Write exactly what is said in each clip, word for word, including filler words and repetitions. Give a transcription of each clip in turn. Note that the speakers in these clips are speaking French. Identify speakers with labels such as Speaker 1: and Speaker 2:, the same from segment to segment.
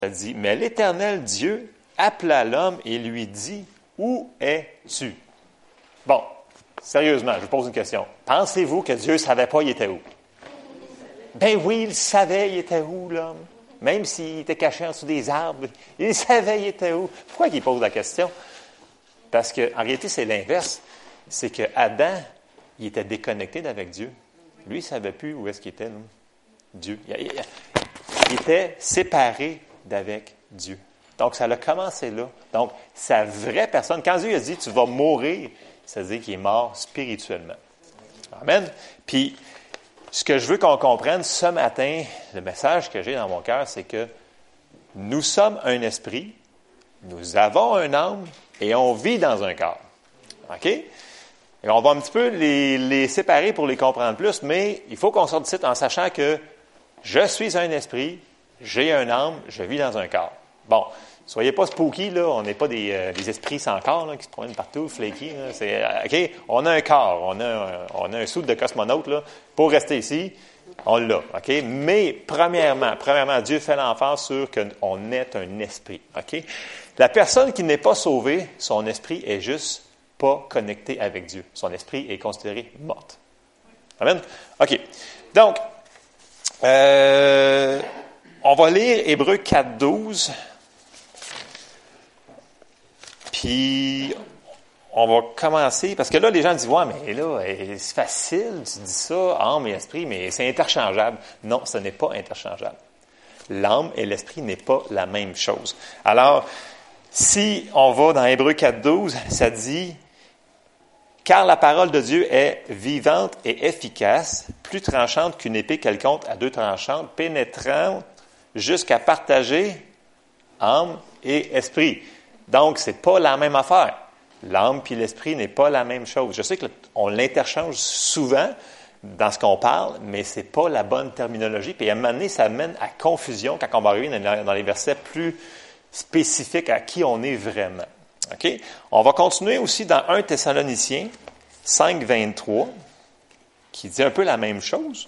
Speaker 1: Ça dit, mais l'Éternel Dieu appela l'homme et lui dit, où es-tu? Bon, sérieusement, je vous pose une question. Pensez-vous que Dieu ne savait pas il était où? Ben oui, il savait il était où, l'homme. Même s'il était caché en dessous des arbres, il savait il était où. Pourquoi il pose la question? Parce qu'en réalité, c'est l'inverse. C'est que Adam, il était déconnecté d'avec Dieu. Lui, il ne savait plus où est-ce qu'il était, là. Dieu. Il, il, il était séparé d'avec Dieu. Donc, ça a commencé là. Donc, sa vraie personne, quand Dieu a dit « tu vas mourir », ça veut dire qu'il est mort spirituellement. Amen. Puis, ce que je veux qu'on comprenne ce matin, le message que j'ai dans mon cœur, c'est que nous sommes un esprit, nous avons un âme et on vit dans un corps. OK? Et on va un petit peu les, les séparer pour les comprendre plus, mais il faut qu'on sorte d'ici en sachant que je suis un esprit, j'ai un âme, je vis dans un corps. Bon, soyez pas spooky, là, on n'est pas des, euh, des esprits sans corps là, qui se promènent partout, flaky. Là, c'est, OK, on a un corps, on a un, on a un soude de cosmonaute là, pour rester ici, on l'a. OK? Mais premièrement, premièrement, Dieu fait l'emphase sur qu'on est un esprit. OK? La personne qui n'est pas sauvée, son esprit est juste pas connecté avec Dieu. Son esprit est considéré mort. Amen? OK. Donc, euh, on va lire Hébreux quatre douze. Puis, on va commencer, parce que là, les gens disent, ouais, mais là, c'est facile, tu dis ça, âme et esprit, mais c'est interchangeable. Non, ce n'est pas interchangeable. L'âme et l'esprit n'est pas la même chose. Alors, si on va dans Hébreux quatre douze, ça dit, car la parole de Dieu est vivante et efficace, plus tranchante qu'une épée quelconque à deux tranchantes, pénétrante jusqu'à partager âme et esprit. Donc, ce n'est pas la même affaire. L'âme puis l'esprit n'est pas la même chose. Je sais qu'on l'interchange souvent dans ce qu'on parle, mais ce n'est pas la bonne terminologie. Puis à un moment donné, ça mène à confusion quand on va arriver dans les versets plus spécifiques à qui on est vraiment. OK? On va continuer aussi dans un Thessaloniciens cinq vingt-trois, qui dit un peu la même chose.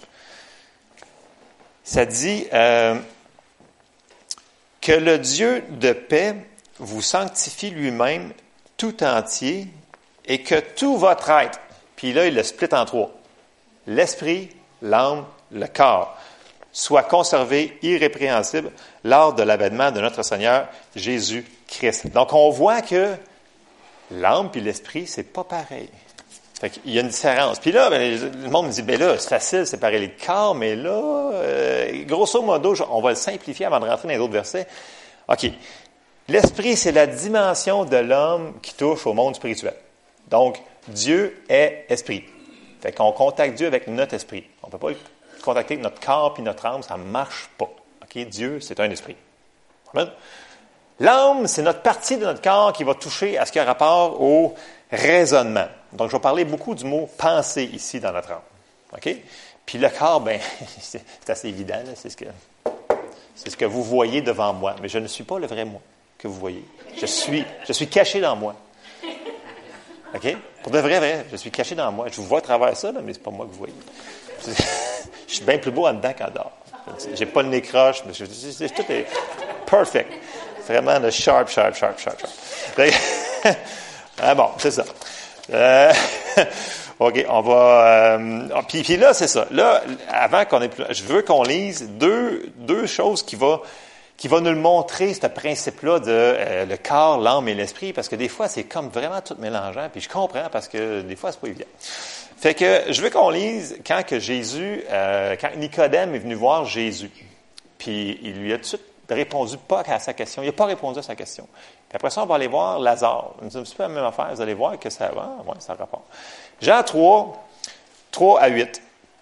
Speaker 1: Ça dit euh, que le Dieu de paix vous sanctifie lui-même tout entier et que tout votre être, puis là, il le split en trois, l'esprit, l'âme, le corps, soit conservé irrépréhensible lors de l'avènement de notre Seigneur Jésus-Christ. Donc, on voit que l'âme puis l'esprit, c'est pas pareil. Fait qu'il y a une différence. Puis là, ben, le monde me dit, ben là, c'est facile de séparer les corps, mais là, euh, grosso modo, on va le simplifier avant de rentrer dans les autres versets. OK. L'esprit, c'est la dimension de l'homme qui touche au monde spirituel. Donc, Dieu est esprit. Fait qu'on contacte Dieu avec notre esprit. On ne peut pas contacter notre corps puis notre âme, ça ne marche pas. OK? Dieu, c'est un esprit. Amen. L'âme, c'est notre partie de notre corps qui va toucher à ce qui a rapport au raisonnement. Donc, je vais parler beaucoup du mot « penser » ici dans notre âme. OK? Puis le corps, bien, c'est assez évident, là, c'est ce que, c'est ce que vous voyez devant moi. Mais je ne suis pas le vrai moi que vous voyez. Je suis, je suis caché dans moi. OK? Pour de vrai, vrai, je suis caché dans moi. Je vous vois à travers ça, là, mais c'est pas moi que vous voyez. Je suis bien plus beau en dedans qu'en dehors. J'ai pas le nez croche, mais je, je, je, tout est perfect. Vraiment de sharp, sharp, sharp, sharp, sharp. Ah bon, c'est ça. Euh, OK, on va... Euh, puis, puis là, c'est ça. Là, avant qu'on ait plus... Je veux qu'on lise deux, deux choses qui vont... qui va nous le montrer, ce principe-là de euh, le corps, l'âme et l'esprit, parce que des fois, c'est comme vraiment tout mélangeant, puis je comprends, parce que des fois, c'est pas évident. Fait que je veux qu'on lise quand que Jésus, euh, quand Nicodème est venu voir Jésus, puis il lui a tout de suite répondu pas à sa question, il n'a pas répondu à sa question. Puis après ça, on va aller voir Lazare. C'est un petit peu la même affaire, vous allez voir que ça va, ouais, ça rapporte. Jean trois, trois à huit.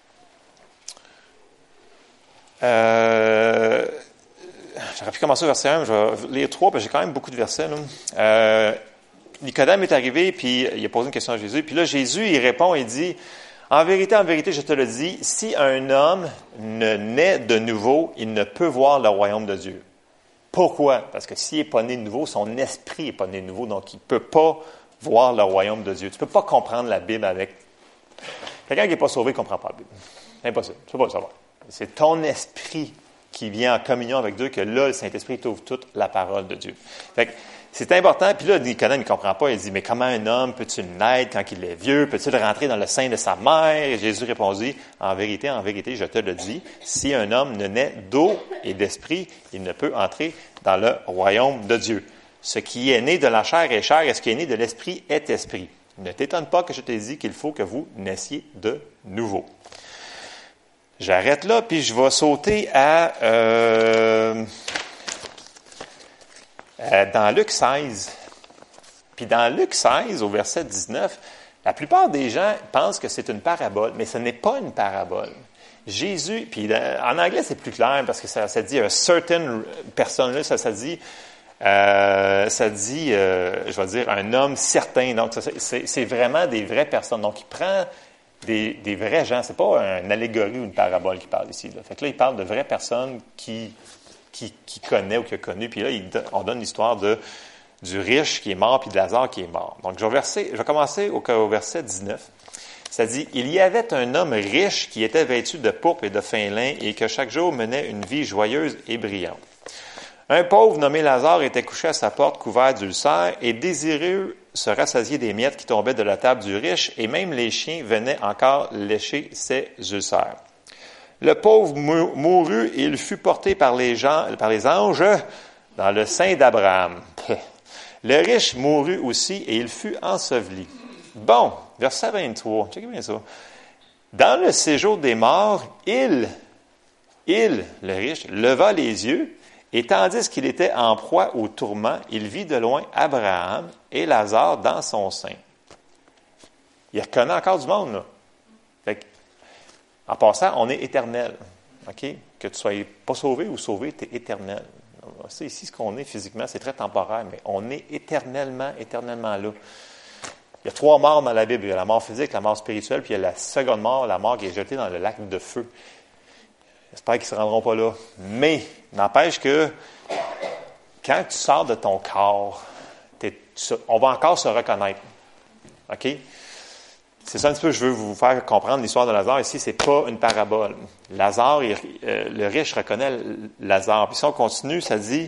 Speaker 1: Euh... J'aurais pu commencer au verset un, mais je vais lire trois, parce que j'ai quand même beaucoup de versets. Là. Euh, Nicodème est arrivé, puis il a posé une question à Jésus. Puis là, Jésus, il répond et dit, « En vérité, en vérité, je te le dis, si un homme ne naît de nouveau, il ne peut voir le royaume de Dieu. » Pourquoi? Parce que s'il n'est pas né de nouveau, son esprit n'est pas né de nouveau, donc il ne peut pas voir le royaume de Dieu. Tu ne peux pas comprendre la Bible avec... Quelqu'un qui n'est pas sauvé ne comprend pas la Bible. C'est impossible. Tu ne peux pas le savoir. C'est ton esprit qui vient en communion avec Dieu, que là, le Saint-Esprit t'ouvre toute la parole de Dieu. Fait que c'est important. Puis là, Nicodème, il ne comprend pas. Il dit, mais comment un homme peut-il naître quand il est vieux? Peut-il rentrer dans le sein de sa mère? Et Jésus répondit, en vérité, en vérité, je te le dis, si un homme ne naît d'eau et d'esprit, il ne peut entrer dans le royaume de Dieu. Ce qui est né de la chair est chair, et ce qui est né de l'esprit est esprit. Ne t'étonne pas que je t'ai dit qu'il faut que vous naissiez de nouveau. J'arrête là, puis je vais sauter à... Euh, Euh, dans Luc seize, puis dans Luc seize, au verset dix-neuf, la plupart des gens pensent que c'est une parabole, mais ce n'est pas une parabole. Jésus, puis en anglais c'est plus clair parce que ça, ça dit un certain personne, là, ça, ça dit, euh, ça dit, euh, je vais dire un homme certain. Donc c'est, c'est vraiment des vraies personnes. Donc il prend des, des vrais gens. C'est pas une allégorie ou une parabole qu'il parle ici. Là. Fait que là il parle de vraies personnes qui Qui, qui connaît ou qui a connu. Puis là, il, on donne l'histoire de, du riche qui est mort puis de Lazare qui est mort. Donc, je vais, verser, je vais commencer au, au verset dix-neuf. Ça dit, « Il y avait un homme riche qui était vêtu de pourpre et de fin lin et que chaque jour menait une vie joyeuse et brillante. Un pauvre nommé Lazare était couché à sa porte couvert d'ulcères et désireux se rassasier des miettes qui tombaient de la table du riche et même les chiens venaient encore lécher ses ulcères. Le pauvre mourut et il fut porté par les, gens, par les anges dans le sein d'Abraham. Le riche mourut aussi et il fut enseveli. » Bon, verset vingt-trois, checkez bien ça. « Dans le séjour des morts, il, il, le riche, leva les yeux et tandis qu'il était en proie au tourment, il vit de loin Abraham et Lazare dans son sein. » Il reconnaît encore du monde, là. Fait que, en passant, on est éternel. Okay? Que tu ne sois pas sauvé ou sauvé, tu es éternel. C'est ici ce qu'on est physiquement, c'est très temporaire, mais on est éternellement, éternellement là. Il y a trois morts dans la Bible. Il y a la mort physique, la mort spirituelle, puis il y a la seconde mort, la mort qui est jetée dans le lac de feu. J'espère qu'ils ne se rendront pas là. Mais, n'empêche que quand tu sors de ton corps, on va encore se reconnaître. OK? C'est ça un petit peu que je veux vous faire comprendre l'histoire de Lazare. Ici, c'est pas une parabole. Lazare, il, euh, le riche reconnaît Lazare. Puis si on continue, ça dit,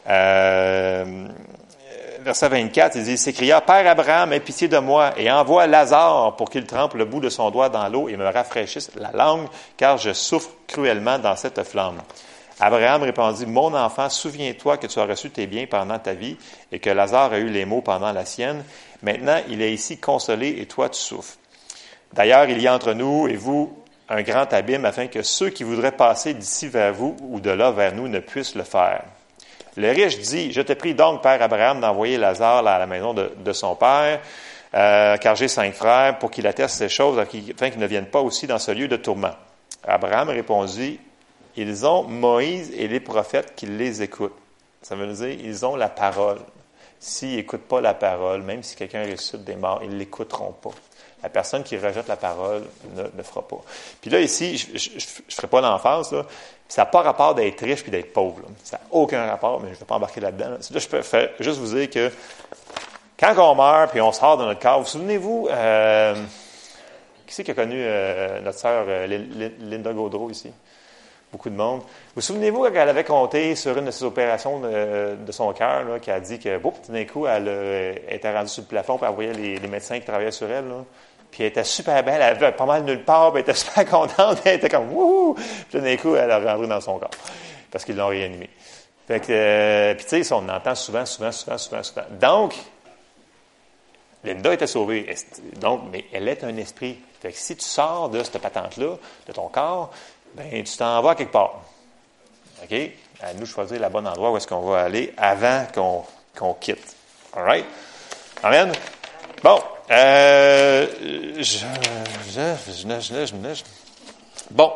Speaker 1: euh, verset vingt-quatre, il dit, il s'écria, « Père Abraham, aie pitié de moi et envoie Lazare pour qu'il trempe le bout de son doigt dans l'eau et me rafraîchisse la langue, car je souffre cruellement dans cette flamme. » Abraham répondit, « Mon enfant, souviens-toi que tu as reçu tes biens pendant ta vie et que Lazare a eu les maux pendant la sienne. Maintenant, il est ici consolé et toi, tu souffres. D'ailleurs, il y a entre nous et vous un grand abîme afin que ceux qui voudraient passer d'ici vers vous ou de là vers nous ne puissent le faire. » Le riche dit, « Je te prie donc, Père Abraham, d'envoyer Lazare à la maison de, de son père, euh, car j'ai cinq frères, pour qu'il atteste ces choses afin qu'ils ne viennent pas aussi dans ce lieu de tourment. » Abraham répondit, « Ils ont Moïse et les prophètes qui les écoutent. » Ça veut dire, ils ont la parole. S'ils n'écoutent pas la parole, même si quelqu'un ressuscite des morts, ils ne l'écouteront pas. La personne qui rejette la parole ne le fera pas. Puis là, ici, je ne ferai pas l'emphase, là. Ça n'a pas rapport d'être riche puis d'être pauvre. Là. Ça n'a aucun rapport, mais je ne vais pas embarquer là-dedans. Là, là je peux faire, juste vous dire que quand on meurt puis on sort de notre corps, vous souvenez-vous, euh, qui c'est qui a connu euh, notre sœur euh, Linda Gaudreau ici? Beaucoup de monde. Vous souvenez-vous quand elle avait compté sur une de ses opérations de, de son cœur, là, qui a dit que, bon, tout d'un coup, elle, elle était rendue sur le plafond puis elle voyait les, les médecins qui travaillaient sur elle, là. Puis elle était super belle, elle avait pas mal nulle part, puis elle était super contente, elle était comme wouhou! Puis tout d'un coup, elle a rentré dans son corps, parce qu'ils l'ont réanimée. Fait que, euh, puis tu sais, ça, on entend souvent, souvent, souvent, souvent, souvent. Donc, Linda était sauvée, donc, mais elle est un esprit. Fait que si tu sors de cette patente-là, de ton corps, ben tu t'en vas quelque part. OK? À nous de choisir le bon endroit où est-ce qu'on va aller avant qu'on, qu'on quitte. All right? Amen? Bon. Euh, je, je, je, je, je, je, bon.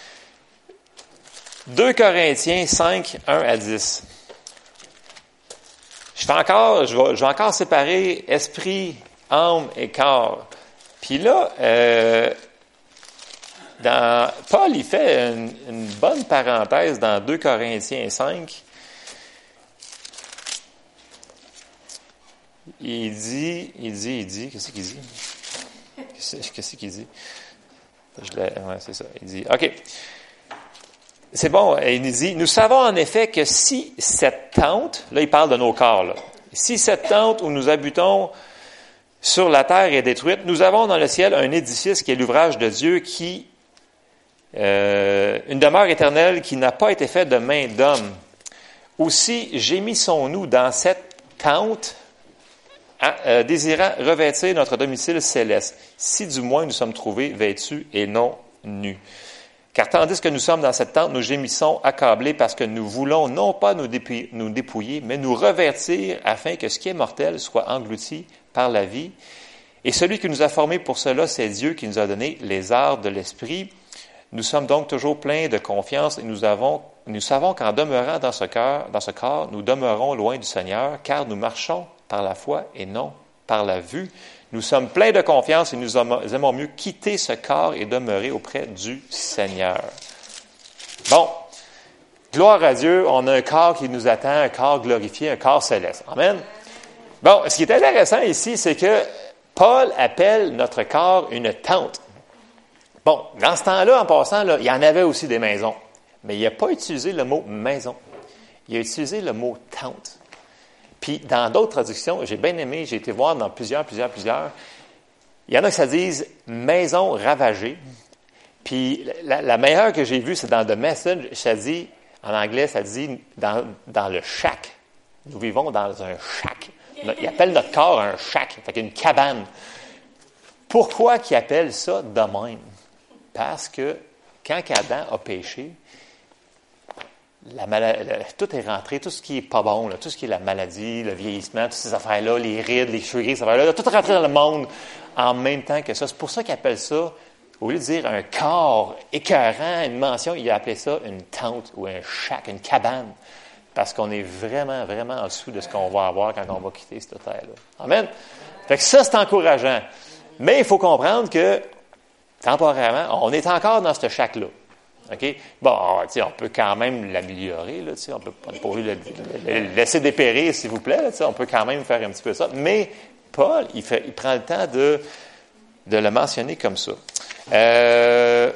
Speaker 1: deux Corinthiens cinq, un à dix. Je fais encore, je vais, je vais encore séparer esprit, âme et corps. Puis là, euh, dans, Paul, il fait une, une bonne parenthèse dans deux Corinthiens cinq. Il dit, il dit, il dit, qu'est-ce qu'il dit? Qu'est-ce, qu'est-ce qu'il dit? Je l'ai, ouais, c'est ça. Il dit, OK. c'est bon, il nous dit, nous savons en effet que si cette tente, là il parle de nos corps, là, si cette tente où nous habitons sur la terre est détruite, nous avons dans le ciel un édifice qui est l'ouvrage de Dieu, qui euh, une demeure éternelle qui n'a pas été faite de main d'homme. Aussi gémissons-nous dans cette tente, euh, désirant revêtir notre domicile céleste, si du moins nous sommes trouvés vêtus et non nus. Car tandis que nous sommes dans cette tente, nous gémissons accablés parce que nous voulons non pas nous dépouiller, nous dépouiller, mais nous revêtir afin que ce qui est mortel soit englouti par la vie. Et celui qui nous a formés pour cela, c'est Dieu qui nous a donné les arts de l'esprit. Nous sommes donc toujours pleins de confiance et nous avons, nous savons qu'en demeurant dans ce cœur, dans ce corps, nous demeurons loin du Seigneur, car nous marchons par la foi et non par la vue. Nous sommes pleins de confiance et nous aimons mieux quitter ce corps et demeurer auprès du Seigneur. Bon, gloire à Dieu, on a un corps qui nous attend, un corps glorifié, un corps céleste. Amen. Bon, ce qui est intéressant ici, c'est que Paul appelle notre corps une tente. Bon, dans ce temps-là, en passant, là, il y en avait aussi des maisons, mais il n'a pas utilisé le mot maison. Il a utilisé le mot tente. Puis, dans d'autres traductions, j'ai bien aimé, j'ai été voir dans plusieurs, plusieurs, plusieurs. Il y en a qui ça disent « maison ravagée ». Puis, la, la meilleure que j'ai vue, c'est dans The Message, ça dit, en anglais, ça dit dans, dans le shack. Nous vivons dans un shack. Il appelle notre corps un shack, fait une cabane. Pourquoi qu'il appelle ça de même? Parce que quand Adam a péché, La maladie, tout est rentré, tout ce qui est pas bon, là, tout ce qui est la maladie, le vieillissement, toutes ces affaires-là, les rides, les cheveux gris, ces affaires-là, tout est rentré dans le monde en même temps que ça. C'est pour ça qu'il appelle ça, au lieu de dire un corps écœurant, une mention, il a appelé ça une tente ou un shack, une cabane, parce qu'on est vraiment, vraiment en dessous de ce qu'on va avoir quand on va quitter cette terre-là. Amen? Fait que ça, c'est encourageant. Mais il faut comprendre que, temporairement, on est encore dans ce shack-là. OK? Bon, on peut quand même l'améliorer, là, on peut pas le, le, le laisser dépérir, s'il vous plaît, là, on peut quand même faire un petit peu ça. Mais Paul, il, fait, il prend le temps de, de le mentionner comme ça. Euh,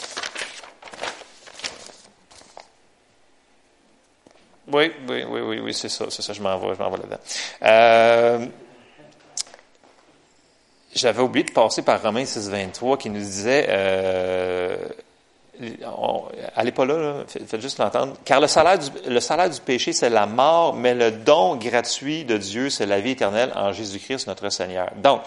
Speaker 1: oui, oui, oui, oui, oui, c'est ça, c'est ça, je m'en vais, je m'en vais là-dedans. Euh, j'avais oublié de passer par Romains six vingt-trois qui nous disait... Euh, On, allez pas là, là, faites juste l'entendre. Car le salaire, du, le salaire du péché, c'est la mort, mais le don gratuit de Dieu, c'est la vie éternelle en Jésus-Christ, notre Seigneur. Donc,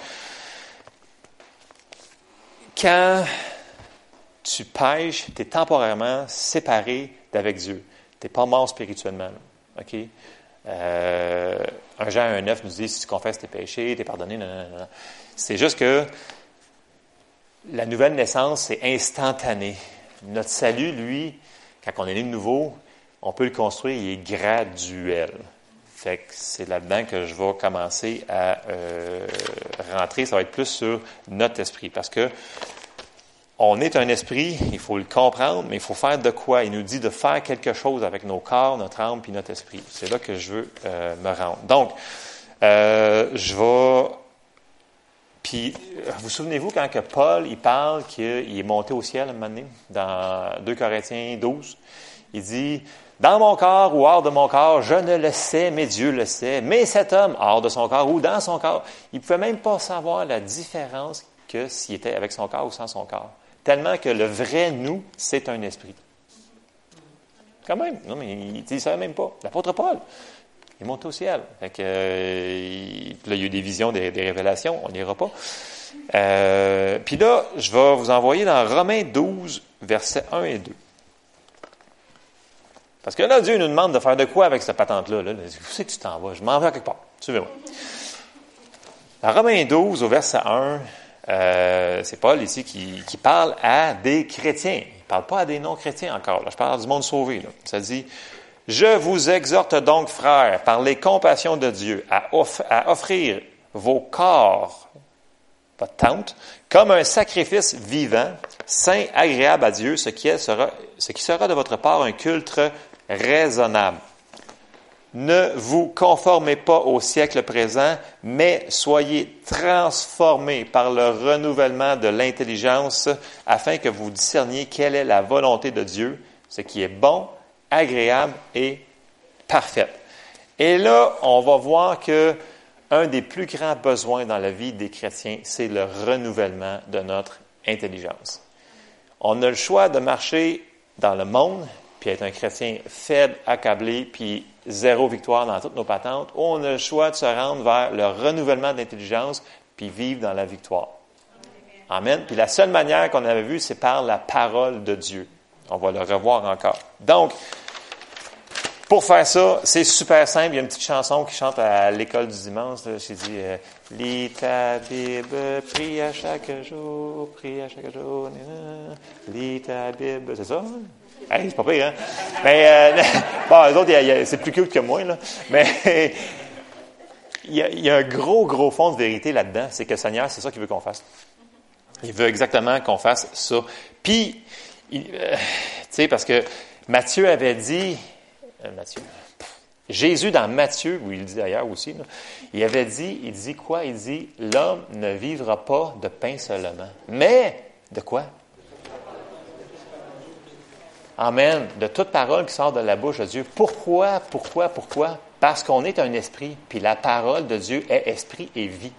Speaker 1: quand tu pêches, tu es temporairement séparé d'avec Dieu. Tu n'es pas mort spirituellement. Là, OK? Euh, un Jean un neuf nous dit, si tu confesses tes péchés, tu es pardonné. Non, non, non. C'est juste que la nouvelle naissance, c'est instantané. Notre salut, lui, quand on est né de nouveau, on peut le construire, il est graduel. Fait que c'est là-dedans que je vais commencer à euh, rentrer. Ça va être plus sur notre esprit. Parce que on est un esprit, il faut le comprendre, mais il faut faire de quoi? Il nous dit de faire quelque chose avec nos corps, notre âme puis notre esprit. C'est là que je veux euh, me rendre. Donc, euh, je vais... Puis, vous souvenez-vous quand que Paul, il parle qu'il est monté au ciel à un moment donné, dans deux Corinthiens douze, il dit, « Dans mon corps ou hors de mon corps, je ne le sais, mais Dieu le sait. Mais cet homme, hors de son corps ou dans son corps, il ne pouvait même pas savoir la différence que s'il était avec son corps ou sans son corps. Tellement que le vrai nous, c'est un esprit. » Quand même, non, mais il ne savait même pas. L'apôtre Paul. Il monte au ciel. Fait que, euh, il, là, il y a eu des visions, des, des révélations. On n'ira pas. Euh, Puis là, je vais vous envoyer dans Romains douze, versets un et deux. Parce que là, Dieu nous demande de faire de quoi avec cette patente-là? Là? Où c'est que tu t'en vas? Je m'en vais à quelque part. Suivez-moi. Dans Romains douze, au verset un, euh, c'est Paul ici qui, qui parle à des chrétiens. Il ne parle pas à des non-chrétiens encore. Là. Je parle du monde sauvé. Là. Ça dit... Je vous exhorte donc, frères, par les compassions de Dieu, à, off- à offrir vos corps, votre tente, comme un sacrifice vivant, saint, agréable à Dieu, ce qui, est, sera, ce qui sera de votre part un culte raisonnable. Ne vous conformez pas au siècle présent, mais soyez transformés par le renouvellement de l'intelligence, afin que vous discerniez quelle est la volonté de Dieu, ce qui est bon, agréable et parfait. Et là, on va voir que un des plus grands besoins dans la vie des chrétiens, c'est le renouvellement de notre intelligence. On a le choix de marcher dans le monde, puis être un chrétien faible, accablé, puis zéro victoire dans toutes nos patentes, ou on a le choix de se rendre vers le renouvellement de l'intelligence, puis vivre dans la victoire. Amen. Puis la seule manière qu'on avait vue, c'est par la parole de Dieu. On va le revoir encore. Donc, pour faire ça, c'est super simple. Il y a une petite chanson qui chante à l'école du dimanche. Là. J'ai dit euh, « Lis ta Bible, prie à chaque jour, prie à chaque jour, lis ta Bible. » C'est ça? Hein? Hey, c'est pas pire, hein? Mais, euh, bon, les autres, y a, y a, c'est plus cute que moi, là. Mais il y, a, il y a un gros, gros fond de vérité là-dedans. C'est que le Seigneur, c'est ça qu'il veut qu'on fasse. Il veut exactement qu'on fasse ça. Puis, il, euh, tu sais, parce que Matthieu avait dit... Euh, Matthieu. Jésus, dans Matthieu, où il le dit ailleurs aussi, là, il avait dit, il dit quoi? Il dit, l'homme ne vivra pas de pain seulement, mais de quoi? Amen. De toute parole qui sort de la bouche de Dieu. Pourquoi? Pourquoi? Pourquoi? Parce qu'on est un esprit, puis la parole de Dieu est esprit et vie.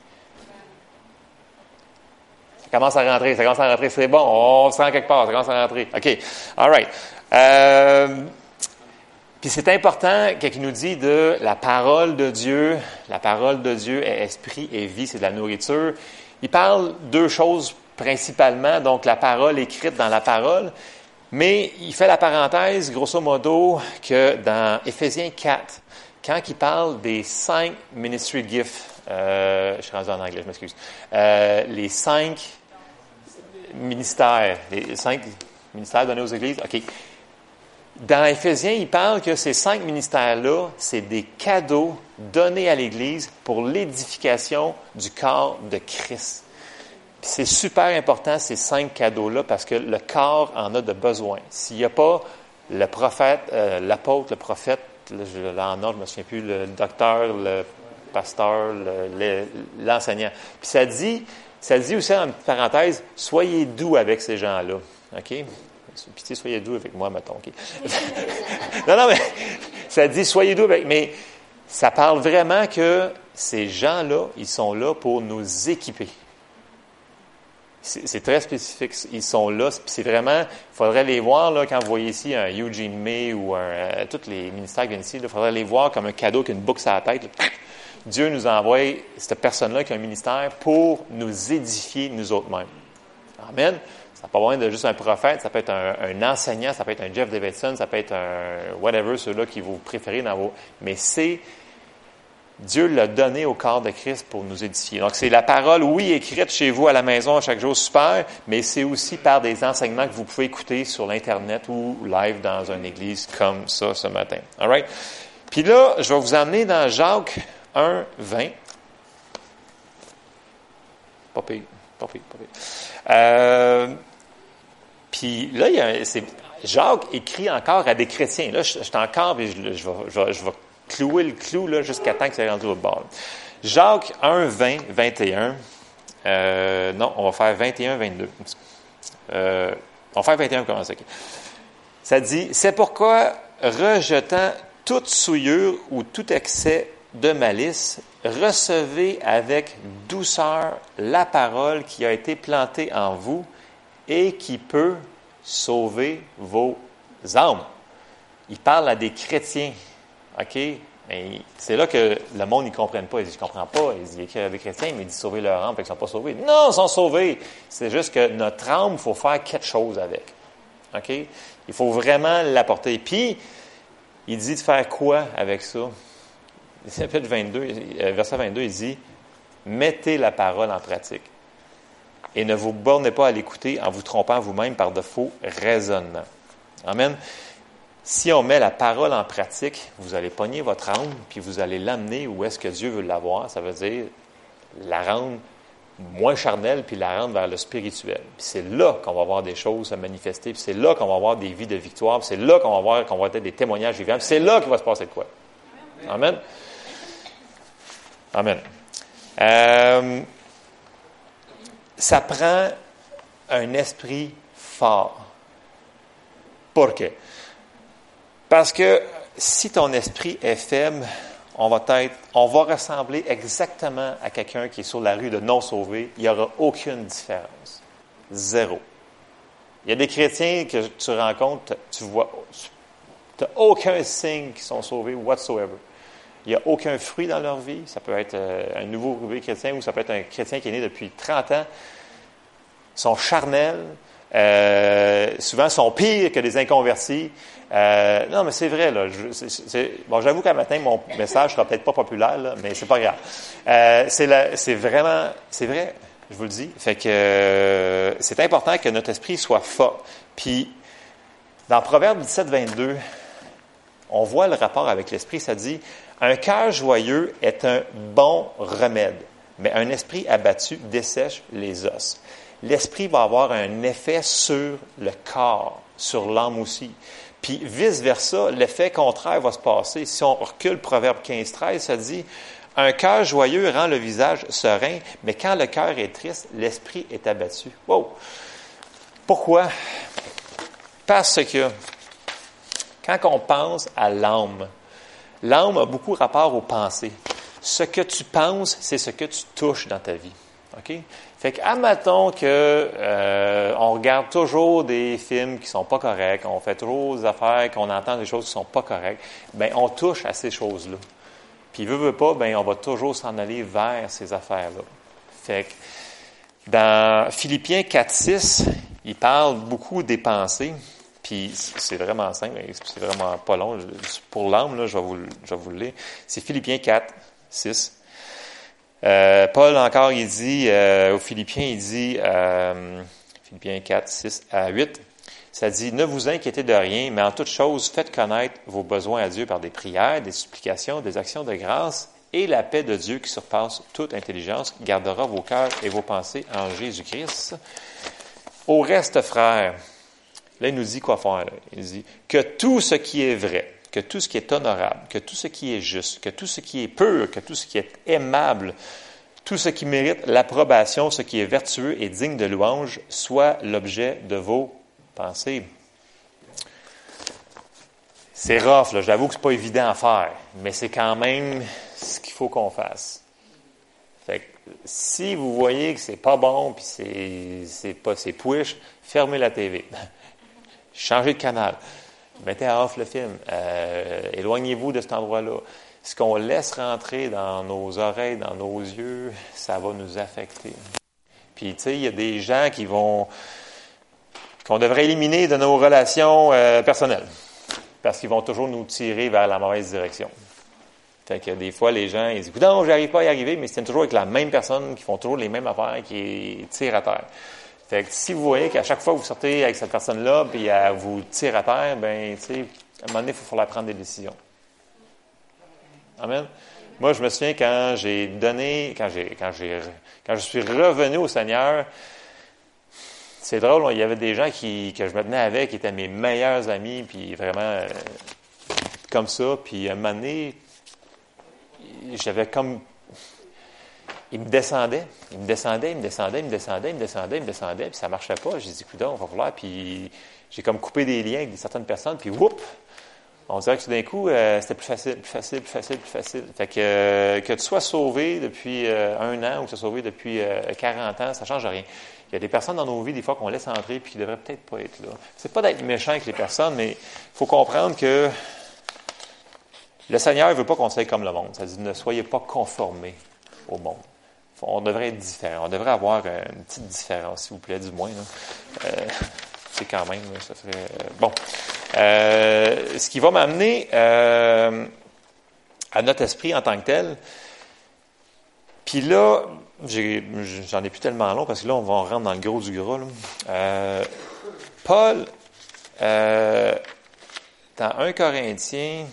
Speaker 1: Ça commence à rentrer, ça commence à rentrer, c'est bon, on se rend quelque part, ça commence à rentrer. OK, all right. Euh... Puis c'est important qu'il nous dit de la parole de Dieu. La parole de Dieu est esprit et vie, c'est de la nourriture. Il parle deux choses principalement, donc la parole écrite dans la parole, mais il fait la parenthèse, grosso modo, que dans Éphésiens quatre, quand il parle des cinq ministry gifts, euh, je suis rendu en anglais, je m'excuse, euh, les cinq ministères, les cinq ministères donnés aux églises, OK. Dans Éphésiens, il parle que ces cinq ministères-là, c'est des cadeaux donnés à l'Église pour l'édification du corps de Christ. Puis c'est super important, ces cinq cadeaux-là, parce que le corps en a de besoin. S'il n'y a pas le prophète, euh, l'apôtre, le prophète, là, je, là en ordre, je ne me souviens plus, le docteur, le pasteur, le, le, l'enseignant. Puis ça dit, ça dit aussi en parenthèse, soyez doux avec ces gens-là. OK? Pitié, soyez doux avec moi, mettons. Okay? non, non, mais ça dit soyez doux avec. Mais ça parle vraiment que ces gens-là, ils sont là pour nous équiper. C'est, c'est très spécifique. Ils sont là. C'est vraiment, il faudrait les voir là, quand vous voyez ici un Eugene May ou un, euh, tous les ministères qui viennent ici, il faudrait les voir comme un cadeau qu'une boucle sur la tête. Là. Dieu nous envoie cette personne-là qui a un ministère pour nous édifier nous autres mêmes. Amen. Ça n'a pas besoin de juste un prophète, ça peut être un, un enseignant, ça peut être un Jeff Davidson, ça peut être un whatever, ceux-là qui vous préférez dans vos... Mais c'est... Dieu l'a donné au corps de Christ pour nous édifier. Donc, c'est la parole, oui, écrite chez vous à la maison à chaque jour, super, mais c'est aussi par des enseignements que vous pouvez écouter sur l'Internet ou live dans une église comme ça ce matin. All right? Puis là, je vais vous emmener dans Jacques un, vingt. Pas pire, pas pire, pas pire. Euh... Puis là, il y a, c'est, Jacques écrit encore à des chrétiens. Là, je, je suis encore, puis je, je, vais, je, vais, je vais clouer le clou là, jusqu'à temps que ça ait rendu au bord. Jacques un, vingt, vingt et un. Euh, non, on va faire vingt et un, vingt-deux. Euh, on va faire vingt et un, comment ça? Ça dit, c'est pourquoi, rejetant toute souillure ou tout excès de malice, recevez avec douceur la parole qui a été plantée en vous, et qui peut sauver vos âmes. Il parle à des chrétiens. OK? Et c'est là que le monde ne comprenne pas. Il dit, je ne comprends pas. Il dit, il écrit à des chrétiens, mais il dit sauver leur âme, fait qu'ils ne sont pas sauvés. Non, ils sont sauvés. C'est juste que notre âme, il faut faire quelque chose avec. OK? Il faut vraiment l'apporter. Puis, il dit de faire quoi avec ça? Chapitre vingt-deux, verset vingt-deux, il dit, mettez la parole en pratique. Et ne vous bornez pas à l'écouter en vous trompant vous-même par de faux raisonnements. Amen. Si on met la parole en pratique, vous allez pogner votre âme, puis vous allez l'amener où est-ce que Dieu veut l'avoir. Ça veut dire la rendre moins charnelle, puis la rendre vers le spirituel. Puis c'est là qu'on va voir des choses se manifester, puis c'est là qu'on va avoir des vies de victoire, puis c'est là qu'on va voir qu'on va être des témoignages vivants, puis c'est là qu'il va se passer de quoi. Amen. Amen. Euh... Ça prend un esprit fort. Pourquoi? Parce que si ton esprit est faible, on va être, on va ressembler exactement à quelqu'un qui est sur la rue de non sauvé. Il n'y aura aucune différence. Zéro. Il y a des chrétiens que tu rencontres, tu vois, tu n'as aucun signe qu'ils sont sauvés whatsoever. Il n'y a aucun fruit dans leur vie. Ça peut être un nouveau bébé chrétien ou ça peut être un chrétien qui est né depuis trente ans. Ils sont charnels. Euh, souvent, ils sont pires que des inconvertis. Euh, non, mais c'est vrai. Là, je, c'est, c'est, bon, j'avoue qu'à matin, mon message sera peut-être pas populaire, là, mais c'est pas grave. Euh, c'est, la, c'est vraiment, c'est vrai, je vous le dis. Fait que euh, c'est important que notre esprit soit fort. Puis, dans Proverbe dix-sept, vingt-deux, on voit le rapport avec l'esprit. Ça dit, un cœur joyeux est un bon remède, mais un esprit abattu dessèche les os. L'esprit va avoir un effet sur le corps, sur l'âme aussi. Puis, vice-versa, l'effet contraire va se passer. Si on recule Proverbe quinze, treize, ça dit « Un cœur joyeux rend le visage serein, mais quand le cœur est triste, l'esprit est abattu. » Wow! Pourquoi? Parce que quand on pense à l'âme, l'âme a beaucoup rapport aux pensées. Ce que tu penses, c'est ce que tu touches dans ta vie. OK? Fait que, admettons que euh, on regarde toujours des films qui sont pas corrects, on fait toujours des affaires, qu'on entend des choses qui sont pas correctes, bien, on touche à ces choses-là. Puis, veut, veut pas, bien, on va toujours s'en aller vers ces affaires-là. Fait que, dans Philippiens quatre, six, il parle beaucoup des pensées, puis c'est vraiment simple, c'est vraiment pas long. Pour l'âme, là, je vais vous, je vais vous le lire. C'est Philippiens quatre, six. Euh, Paul, encore, il dit, euh, aux Philippiens, il dit, euh, Philippiens quatre, six à huit, ça dit, « Ne vous inquiétez de rien, mais en toute chose, faites connaître vos besoins à Dieu par des prières, des supplications, des actions de grâce, et la paix de Dieu qui surpasse toute intelligence gardera vos cœurs et vos pensées en Jésus-Christ. Au reste, frères, » là, il nous dit quoi faire, là. Il dit, « Que tout ce qui est vrai, que tout ce qui est honorable, que tout ce qui est juste, que tout ce qui est pur, que tout ce qui est aimable, tout ce qui mérite l'approbation, ce qui est vertueux et digne de louange, soit l'objet de vos pensées. » C'est rough, là. J'avoue que c'est pas évident à faire, mais c'est quand même ce qu'il faut qu'on fasse. Fait que, si vous voyez que c'est pas bon, puis c'est, c'est pas, c'est push, fermez la T V. Changez de canal. Mettez à off le film. Euh, éloignez-vous de cet endroit-là. Ce qu'on laisse rentrer dans nos oreilles, dans nos yeux, ça va nous affecter. Puis, tu sais, il y a des gens qui vont, qu'on devrait éliminer de nos relations euh, personnelles. Parce qu'ils vont toujours nous tirer vers la mauvaise direction. Fait que des fois, les gens, ils disent, non, j'arrive pas à y arriver, mais c'est toujours avec la même personne qui font toujours les mêmes affaires, qui tirent à terre. Fait que si vous voyez qu'à chaque fois que vous sortez avec cette personne-là, puis elle vous tire à terre, ben, tu sais, à un moment donné, il faut falloir prendre des décisions. Amen. Moi, je me souviens quand j'ai donné, quand j'ai, quand j'ai, quand je suis revenu au Seigneur, c'est drôle, il y avait des gens qui, que je me tenais avec, qui étaient mes meilleurs amis, puis vraiment, euh, comme ça, puis à un moment donné, j'avais comme, il me descendait, il me descendait, il me descendait, il me descendait, il me descendait, il me descendait, puis ça marchait pas. J'ai dit, coudonc, on va falloir, puis j'ai comme coupé des liens avec certaines personnes, puis whoop, on dirait que tout d'un coup, euh, c'était plus facile, plus facile, plus facile, plus facile. Fait que euh, que tu sois sauvé depuis euh, un an ou que tu sois sauvé depuis euh, quarante ans, ça change rien. Il y a des personnes dans nos vies, des fois, qu'on laisse entrer puis qui devraient peut-être pas être là. C'est pas d'être méchant avec les personnes, mais il faut comprendre que le Seigneur ne veut pas qu'on soit comme le monde. Ça dit, ne soyez pas conformés au monde. On devrait être différent. On devrait avoir une petite différence, s'il vous plaît, du moins. Là. Euh, c'est quand même, ça serait... Euh, bon. Euh, ce qui va m'amener euh, à notre esprit en tant que tel. Puis là, j'ai, j'en ai plus tellement long, parce que là, on va rentrer dans le gros du gras. Là. Euh, Paul, euh, dans un Corinthiens...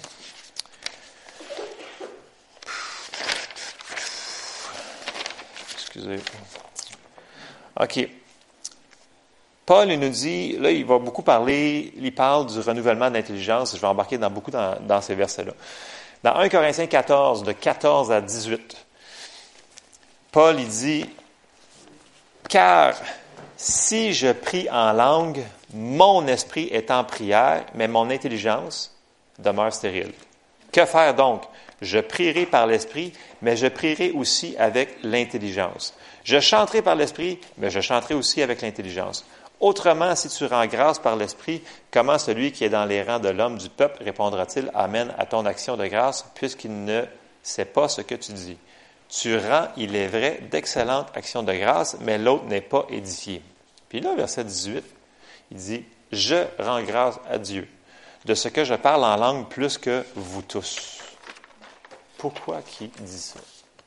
Speaker 1: Excusez. OK. Paul, il nous dit, là, il va beaucoup parler, il parle du renouvellement de l'intelligence, je vais embarquer dans beaucoup dans, dans ces versets-là. Dans un Corinthiens quatorze, de quatorze à dix-huit, Paul, il dit, « Car si je prie en langue, mon esprit est en prière, mais mon intelligence, demeure stérile. Que faire donc? Je prierai par l'Esprit, mais je prierai aussi avec l'intelligence. Je chanterai par l'Esprit, mais je chanterai aussi avec l'intelligence. Autrement, si tu rends grâce par l'Esprit, comment celui qui est dans les rangs de l'homme du peuple répondra-t-il Amen à ton action de grâce, puisqu'il ne sait pas ce que tu dis? Tu rends, il est vrai, d'excellentes actions de grâce, mais l'autre n'est pas édifié. Puis là, verset dix-huit, il dit, « Je rends grâce à Dieu, de ce que je parle en langue plus que vous tous. » Pourquoi qu'il dit ça?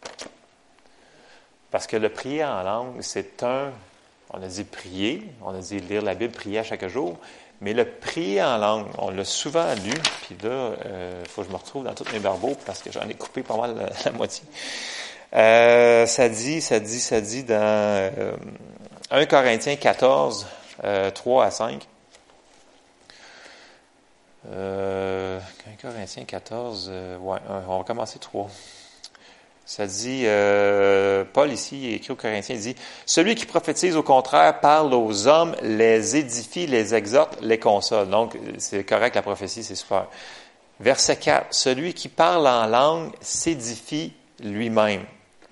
Speaker 1: Parce que le prier en langue, c'est un, on a dit prier, on a dit lire la Bible, prier à chaque jour, mais le prier en langue, on l'a souvent lu, puis là, il euh, faut que je me retrouve dans tous mes barbeaux parce que j'en ai coupé pas mal la, la moitié. Euh, ça dit, ça dit, ça dit dans euh, un Corinthiens quatorze, euh, trois à cinq. Euh, un Corinthiens quatorze, euh, ouais, on va commencer trois. Ça dit, euh, Paul ici, écrit aux Corinthiens, il dit, « Celui qui prophétise, au contraire, parle aux hommes, les édifie, les exhorte, les console. » Donc, c'est correct, la prophétie, c'est super. Verset quatre, « Celui qui parle en langue s'édifie lui-même. »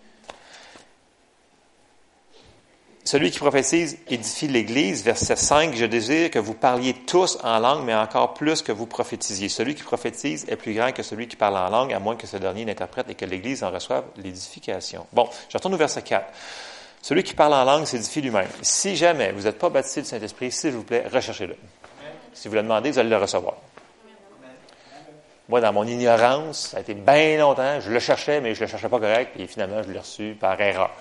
Speaker 1: Celui qui prophétise édifie l'Église. Verset cinq, « Je désire que vous parliez tous en langue, mais encore plus que vous prophétisiez. Celui qui prophétise est plus grand que celui qui parle en langue, à moins que ce dernier n'interprète et que l'Église en reçoive l'édification. » Bon, je retourne au verset quatre. « Celui qui parle en langue s'édifie lui-même. » Si jamais vous n'êtes pas baptisé du Saint-Esprit, s'il vous plaît, recherchez-le. Si vous le demandez, vous allez le recevoir. Moi, dans mon ignorance, ça a été bien longtemps, je le cherchais, mais je ne le cherchais pas correct, et finalement, je l'ai reçu par erreur.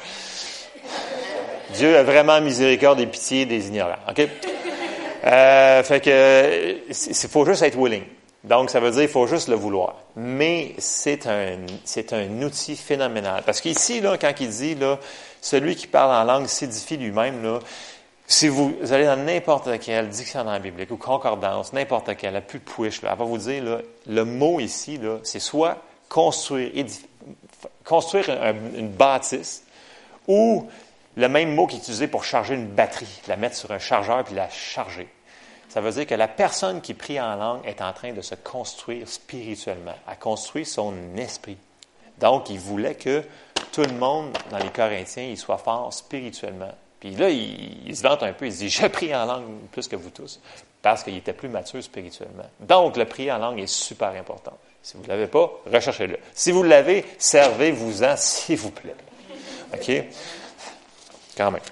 Speaker 1: Dieu a vraiment miséricorde et pitié des ignorants. OK? Euh, fait que, il faut juste être willing. Donc, ça veut dire qu'il faut juste le vouloir. Mais c'est un, c'est un outil phénoménal. Parce qu'ici, là, quand il dit, là, celui qui parle en langue s'édifie lui-même, là, si vous, vous allez dans n'importe quel dictionnaire biblique ou concordance, n'importe quel, la plus push, là, elle va vous dire, là, le mot ici, là, c'est soit construire, édif- construire un, une bâtisse ou le même mot qui est utilisé pour charger une batterie, la mettre sur un chargeur puis la charger. Ça veut dire que la personne qui prie en langue est en train de se construire spirituellement. Elle construit son esprit. Donc, il voulait que tout le monde, dans les Corinthiens, il soit fort spirituellement. Puis là, il, il se vante un peu, il se dit « Je prie en langue plus que vous tous », parce qu'il était plus mature spirituellement. Donc, le prier en langue est super important. Si vous ne l'avez pas, recherchez-le. Si vous l'avez, servez-vous-en, s'il vous plaît. OK? Quand même.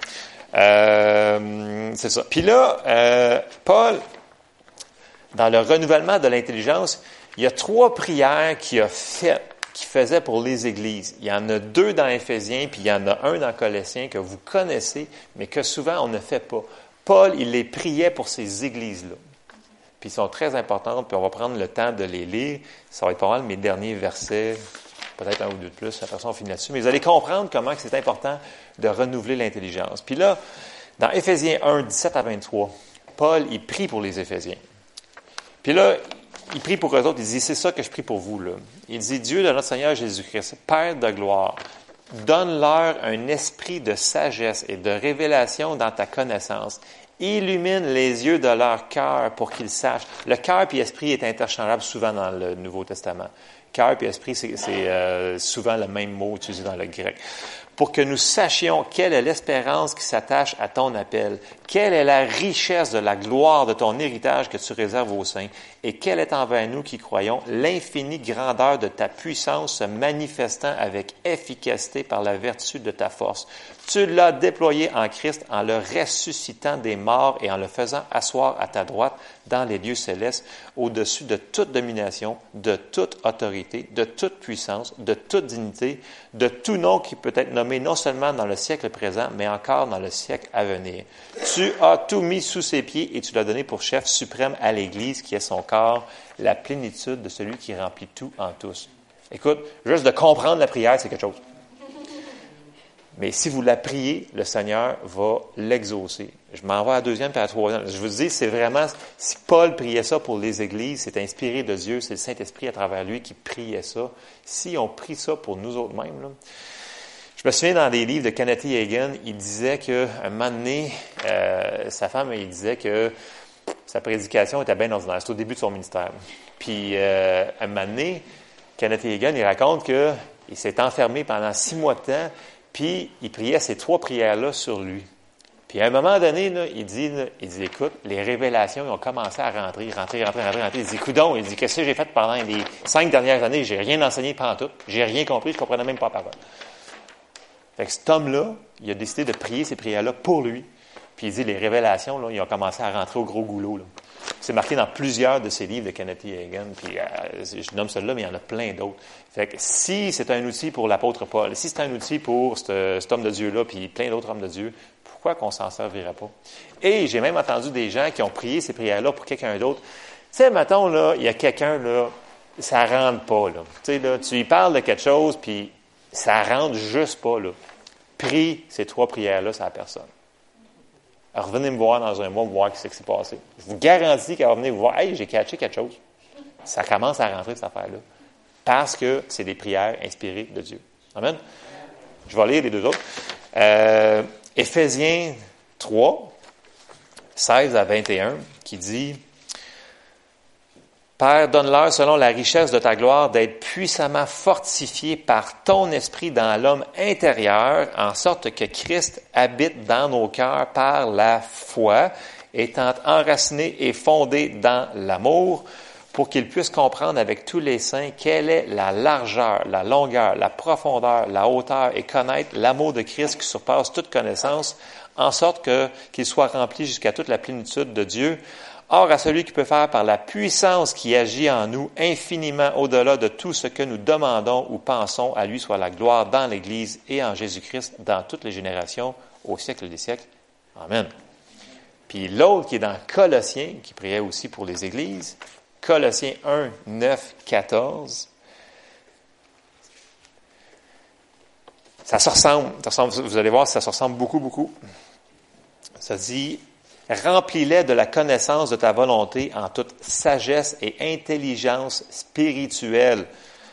Speaker 1: Euh, c'est ça. Puis là, euh, Paul, dans le renouvellement de l'intelligence, il y a trois prières qu'il a faites, qu'il faisait pour les églises. Il y en a deux dans Éphésiens, puis il y en a un dans Colossiens que vous connaissez, mais que souvent on ne fait pas. Paul, il les priait pour ces églises-là. Puis ils sont très importantes, puis on va prendre le temps de les lire. Ça va être pas mal mes derniers versets, peut-être un ou deux de plus, après ça on finit là-dessus. Mais vous allez comprendre comment c'est important de renouveler l'intelligence. Puis là, dans Éphésiens un, dix-sept à vingt-trois, Paul, il prie pour les Éphésiens. Puis là, il prie pour eux autres, il dit, c'est ça que je prie pour vous, là. Il dit, Dieu de notre Seigneur Jésus-Christ, Père de gloire, donne-leur un esprit de sagesse et de révélation dans ta connaissance. Illumine les yeux de leur cœur pour qu'ils sachent. Le cœur et l'esprit est interchangeable souvent dans le Nouveau Testament. Cœur et esprit, c'est, c'est euh, souvent le même mot utilisé dans le grec. Pour que nous sachions quelle est l'espérance qui s'attache à ton appel, quelle est la richesse de la gloire de ton héritage que tu réserves aux saints, et quelle est envers nous qui croyons l'infinie grandeur de ta puissance se manifestant avec efficacité par la vertu de ta force. Tu l'as déployé en Christ en le ressuscitant des morts et en le faisant asseoir à ta droite dans les lieux célestes, au-dessus de toute domination, de toute autorité, de toute puissance, de toute dignité, de tout nom qui peut être nommé non seulement dans le siècle présent, mais encore dans le siècle à venir. Tu as tout mis sous ses pieds et tu l'as donné pour chef suprême à l'Église, qui est son corps, la plénitude de celui qui remplit tout en tous. Écoute, juste de comprendre la prière, c'est quelque chose. Mais si vous la priez, le Seigneur va l'exaucer. Je m'en vais à la deuxième et à la troisième. Je vous dis, c'est vraiment, si Paul priait ça pour les églises, c'est inspiré de Dieu, c'est le Saint-Esprit à travers lui qui priait ça. Si on prie ça pour nous autres mêmes, là, je me souviens dans des livres de Kenneth Hagin, il disait qu'à un moment donné, euh, sa femme, il disait que sa prédication était bien ordinaire. C'était au début de son ministère. Puis, euh, un moment donné, Kenneth Hagin, il raconte qu'il s'est enfermé pendant six mois de temps, puis il priait ces trois prières-là sur lui. Puis, à un moment donné, là, il dit, là, il dit, écoute, les révélations, ils ont commencé à rentrer, rentrer, rentrer, rentrer, rentrer. Il dit, coudonc, il dit, qu'est-ce que j'ai fait pendant les cinq dernières années? J'ai rien enseigné pantoute. J'ai rien compris, je comprenais même pas la parole. Fait que cet homme-là, il a décidé de prier ces prières-là pour lui. Puis il dit, les révélations, là, ils ont commencé à rentrer au gros goulot, là. C'est marqué dans plusieurs de ses livres de Kenneth Hagin, puis euh, je nomme celui-là, mais il y en a plein d'autres. Fait que si c'est un outil pour l'apôtre Paul, si c'est un outil pour cet, cet homme de Dieu-là, puis plein d'autres hommes de Dieu, pourquoi qu'on s'en servirait pas? Et j'ai même entendu des gens qui ont prié ces prières-là pour quelqu'un d'autre. Tu sais, mettons, là, il y a quelqu'un, là, ça rentre pas, là. Tu sais, là, tu lui parles de quelque chose, puis ça rentre juste pas, là. Prie ces trois prières-là sur la personne. Alors, revenez me voir dans un mois, voir ce qui s'est passé. Je vous garantis qu'elle va venir vous voir. « Hey, j'ai catché quelque chose. » Ça commence à rentrer, cette affaire-là. Parce que c'est des prières inspirées de Dieu. Amen. Je vais lire les deux autres. Euh, Éphésiens trois, seize à vingt et un, qui dit « Père, donne-leur selon la richesse de ta gloire d'être puissamment fortifiés par ton esprit dans l'homme intérieur, en sorte que Christ habite dans nos cœurs par la foi, étant enraciné et fondé dans l'amour, pour qu'ils puissent comprendre avec tous les saints quelle est la largeur, la longueur, la profondeur, la hauteur, et connaître l'amour de Christ qui surpasse toute connaissance, en sorte que qu'il soit rempli jusqu'à toute la plénitude de Dieu. Or, à celui qui peut faire par la puissance qui agit en nous infiniment au-delà de tout ce que nous demandons ou pensons, à lui soit la gloire dans l'Église et en Jésus-Christ dans toutes les générations, au siècle des siècles. Amen. Puis l'autre qui est dans Colossiens, qui priait aussi pour les églises, Colossiens un, neuf, quatorze. Ça se ressemble, ça ressemble, vous allez voir, ça se ressemble beaucoup, beaucoup. Ça dit... Remplis-les de la connaissance de ta volonté en toute sagesse et intelligence spirituelle,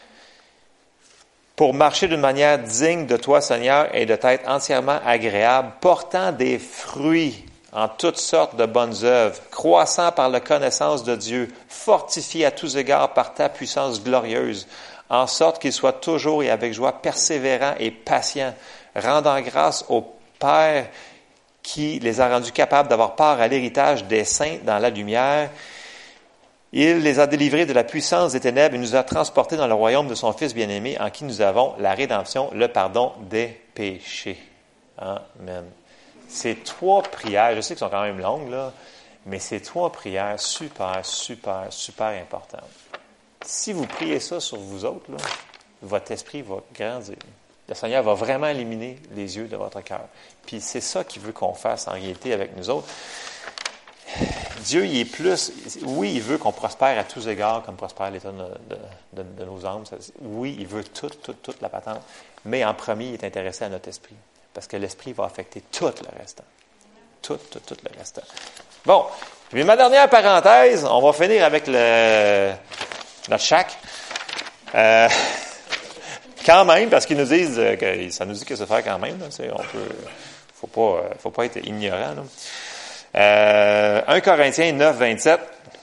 Speaker 1: pour marcher d'une manière digne de toi, Seigneur, et de t'être entièrement agréable, portant des fruits en toutes sortes de bonnes œuvres, croissant par la connaissance de Dieu, fortifié à tous égards par ta puissance glorieuse, en sorte qu'il soit toujours et avec joie persévérant et patient, rendant grâce au Père qui les a rendus capables d'avoir part à l'héritage des saints dans la lumière. Il les a délivrés de la puissance des ténèbres et nous a transportés dans le royaume de son Fils bien-aimé, en qui nous avons la rédemption, le pardon des péchés. Amen. Ces trois prières, je sais qu'elles sont quand même longues, là, mais ces trois prières super, super, super importantes. Si vous priez ça sur vous autres, là, votre esprit va grandir. Le Seigneur va vraiment éliminer les yeux de votre cœur. Puis c'est ça qu'il veut qu'on fasse en réalité avec nous autres. Dieu, il est plus... Oui, il veut qu'on prospère à tous égards, comme prospère l'état de, de, de, de nos âmes. Oui, il veut toute, toute, toute la patente. Mais en premier, il est intéressé à notre esprit. Parce que l'esprit va affecter tout le restant. Tout, tout, tout le restant. Bon, puis ma dernière parenthèse, on va finir avec le notre chac. Euh... Quand même, parce qu'ils nous disent que ça nous dit que c'est faire quand même. Là, on peut, faut pas, faut pas être ignorant. Là. Euh, un Corinthiens neuf, vingt-sept.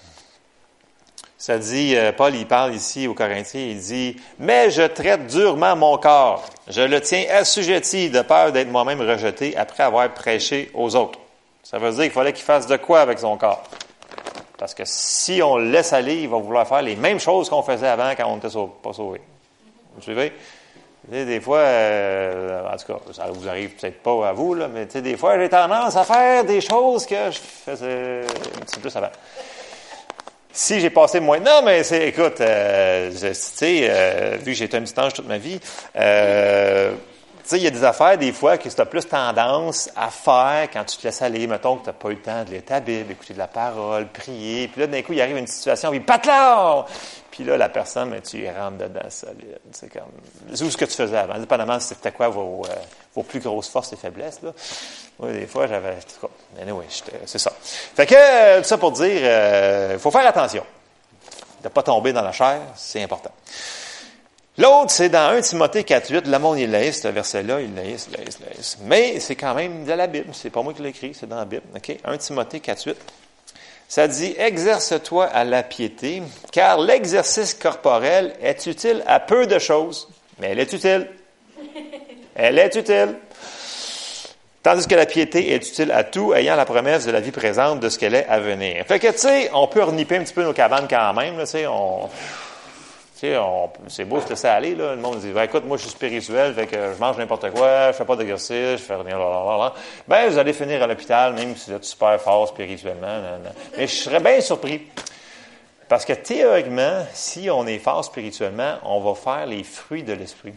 Speaker 1: Ça dit, Paul, il parle ici aux Corinthiens, il dit, mais je traite durement mon corps. Je le tiens assujetti de peur d'être moi-même rejeté après avoir prêché aux autres. Ça veut dire qu'il fallait qu'il fasse de quoi avec son corps. Parce que si on le laisse aller, il va vouloir faire les mêmes choses qu'on faisait avant quand on n'était pas sauvé. Vous suivez? Des fois, euh, en tout cas, ça vous arrive peut-être pas à vous, là, mais des fois, j'ai tendance à faire des choses que je faisais un petit peu plus avant. Si j'ai passé moins... Non, mais c'est, écoute, euh, tu sais, euh, vu que j'ai été un petit ange toute ma vie, euh, tu sais, il y a des affaires, des fois, que tu as plus tendance à faire quand tu te laisses aller. Mettons que tu n'as pas eu le temps de lire ta Bible, écouter de la parole, prier. Puis là, d'un coup, il arrive une situation, puis patlar! Puis là, la personne, ben, tu y rentres dedans solide. C'est comme... C'est où ce que tu faisais avant. Dépendamment si c'était quoi vos, euh, vos plus grosses forces et faiblesses, là. Oui, des fois, j'avais... En tout cas, anyway, c'est ça. Fait que, euh, tout ça pour dire, il euh, faut faire attention. De ne pas tomber dans la chair, c'est important. L'autre, c'est dans un Timothée quatre huit. Le monde, il laisse ce verset-là, il laisse, laisse, laisse. Mais c'est quand même de la Bible. C'est pas moi qui l'ai écrit, c'est dans la Bible. OK? un Timothée quatre huit. Ça dit, exerce-toi à la piété, car l'exercice corporel est utile à peu de choses, mais elle est utile. Elle est utile. Tandis que la piété est utile à tout, ayant la promesse de la vie présente, de ce qu'elle est à venir. Fait que, tu sais, on peut reniper un petit peu nos cabanes quand même, là, tu sais, on... Tu sais, on, c'est beau se laisser aller, là. Le monde dit, ben, écoute, moi, je suis spirituel, fait que je mange n'importe quoi, je fais pas d'exercice, je fais rien, blablabla. Ben, vous allez finir à l'hôpital, même si vous êtes super fort spirituellement. Nan, nan. Mais je serais bien surpris. Parce que, théoriquement, si on est fort spirituellement, on va faire les fruits de l'esprit.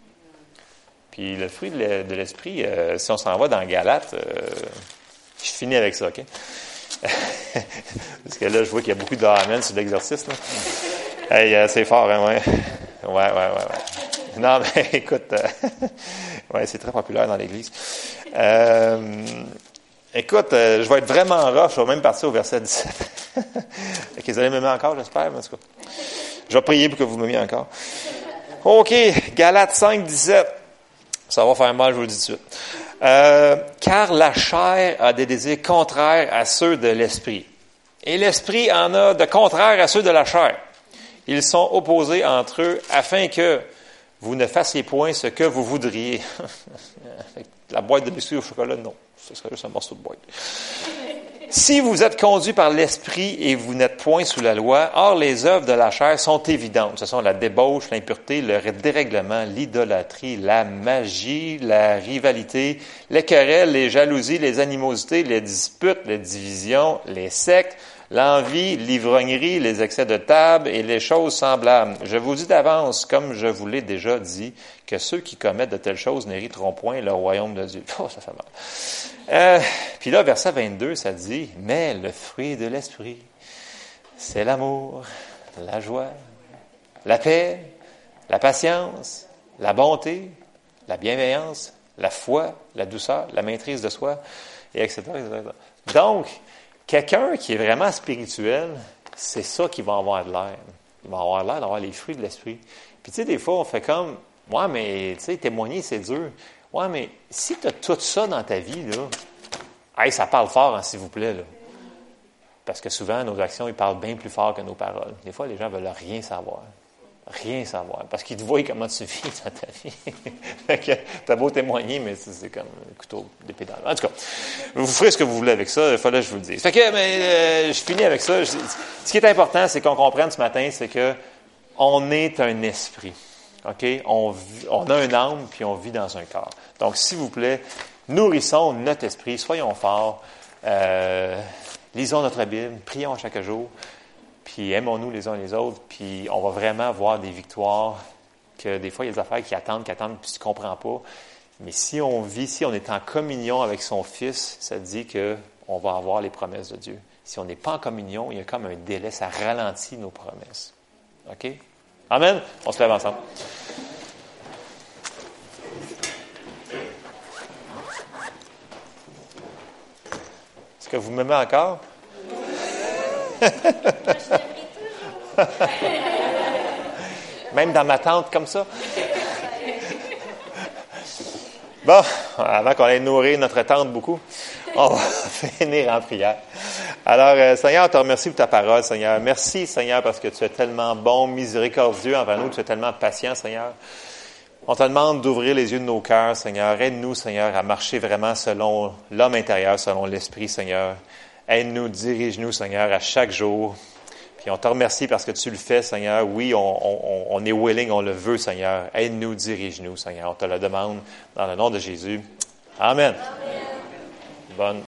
Speaker 1: Puis, le fruit de l'esprit, euh, si on s'en va dans Galates, euh, je finis avec ça, OK? Parce que là, je vois qu'il y a beaucoup d'amen sur l'exercice, là. Hey, euh, c'est fort, hein, ouais. Ouais, ouais, ouais, ouais. Non, mais écoute, euh, ouais, c'est très populaire dans l'Église. Euh, écoute, euh, je vais être vraiment rough, je vais même partir au verset dix-sept. Ok, vous allez m'aimer encore, j'espère, mais en tout cas. Je vais prier pour que vous m'aimiez encore. OK, Galates cinq, dix-sept. Ça va faire mal, je vous le dis tout de suite. Euh, car la chair a des désirs contraires à ceux de l'esprit. Et l'esprit en a de contraires à ceux de la chair. Ils sont opposés entre eux afin que vous ne fassiez point ce que vous voudriez. La boîte de biscuits au chocolat, non. Ce serait juste un morceau de boîte. Si vous êtes conduits par l'esprit et vous n'êtes point sous la loi, or les œuvres de la chair sont évidentes. Ce sont la débauche, l'impureté, le dérèglement, l'idolâtrie, la magie, la rivalité, les querelles, les jalousies, les animosités, les disputes, les divisions, les sectes, l'envie, l'ivrognerie, les excès de table et les choses semblables. Je vous dis d'avance, comme je vous l'ai déjà dit, que ceux qui commettent de telles choses n'hériteront point le royaume de Dieu. Oh, ça fait mal. Euh, puis là, verset vingt-deux, ça dit, « Mais le fruit de l'esprit, c'est l'amour, la joie, la paix, la patience, la bonté, la bienveillance, la foi, la douceur, la maîtrise de soi, et et cetera et cetera » Donc, quelqu'un qui est vraiment spirituel, c'est ça qui va avoir de l'air. Il va avoir l'air d'avoir les fruits de l'esprit. Puis tu sais, des fois, on fait comme, « Ouais, mais tu sais, témoigner, c'est dur. » Ouais, mais si tu as tout ça dans ta vie, là, hey, ça parle fort, hein, s'il vous plaît, là. Parce que souvent, nos actions, ils parlent bien plus fort que nos paroles. Des fois, les gens veulent rien savoir. Rien savoir. Parce qu'ils te voient comment tu vis dans ta vie. Fait que t'as beau témoigner, mais c'est, c'est comme un couteau d'épée dans l'eau. En tout cas, vous ferez ce que vous voulez avec ça. Il fallait que je vous le dise. Fait que, mais, euh, je finis avec ça. Je, ce qui est important, c'est qu'on comprenne ce matin, c'est que on est un esprit. OK? On, vit, on a un âme, puis on vit dans un corps. Donc, s'il vous plaît, nourrissons notre esprit, soyons forts, euh, lisons notre Bible, prions chaque jour, puis aimons-nous les uns les autres, puis on va vraiment voir des victoires, que des fois, il y a des affaires qui attendent, qui attendent, puis tu ne comprends pas. Mais si on vit, si on est en communion avec son Fils, ça dit qu'on va avoir les promesses de Dieu. Si on n'est pas en communion, il y a comme un délai, ça ralentit nos promesses. OK? Amen? On se lève ensemble. Est-ce que vous m'aimez encore? Même dans ma tente comme ça? Bon, avant qu'on aille nourrir notre tente beaucoup, on va finir en prière. Alors, euh, Seigneur, on te remercie pour ta parole, Seigneur. Merci, Seigneur, parce que tu es tellement bon, miséricordieux envers nous, tu es tellement patient, Seigneur. On te demande d'ouvrir les yeux de nos cœurs, Seigneur. Aide-nous, Seigneur, à marcher vraiment selon l'homme intérieur, selon l'Esprit, Seigneur. Aide-nous, dirige-nous, Seigneur, à chaque jour. Puis on te remercie parce que tu le fais, Seigneur. Oui, on, on, on est willing, on le veut, Seigneur. Aide-nous, dirige-nous, Seigneur. On te le demande dans le nom de Jésus. Amen. Amen. Bonne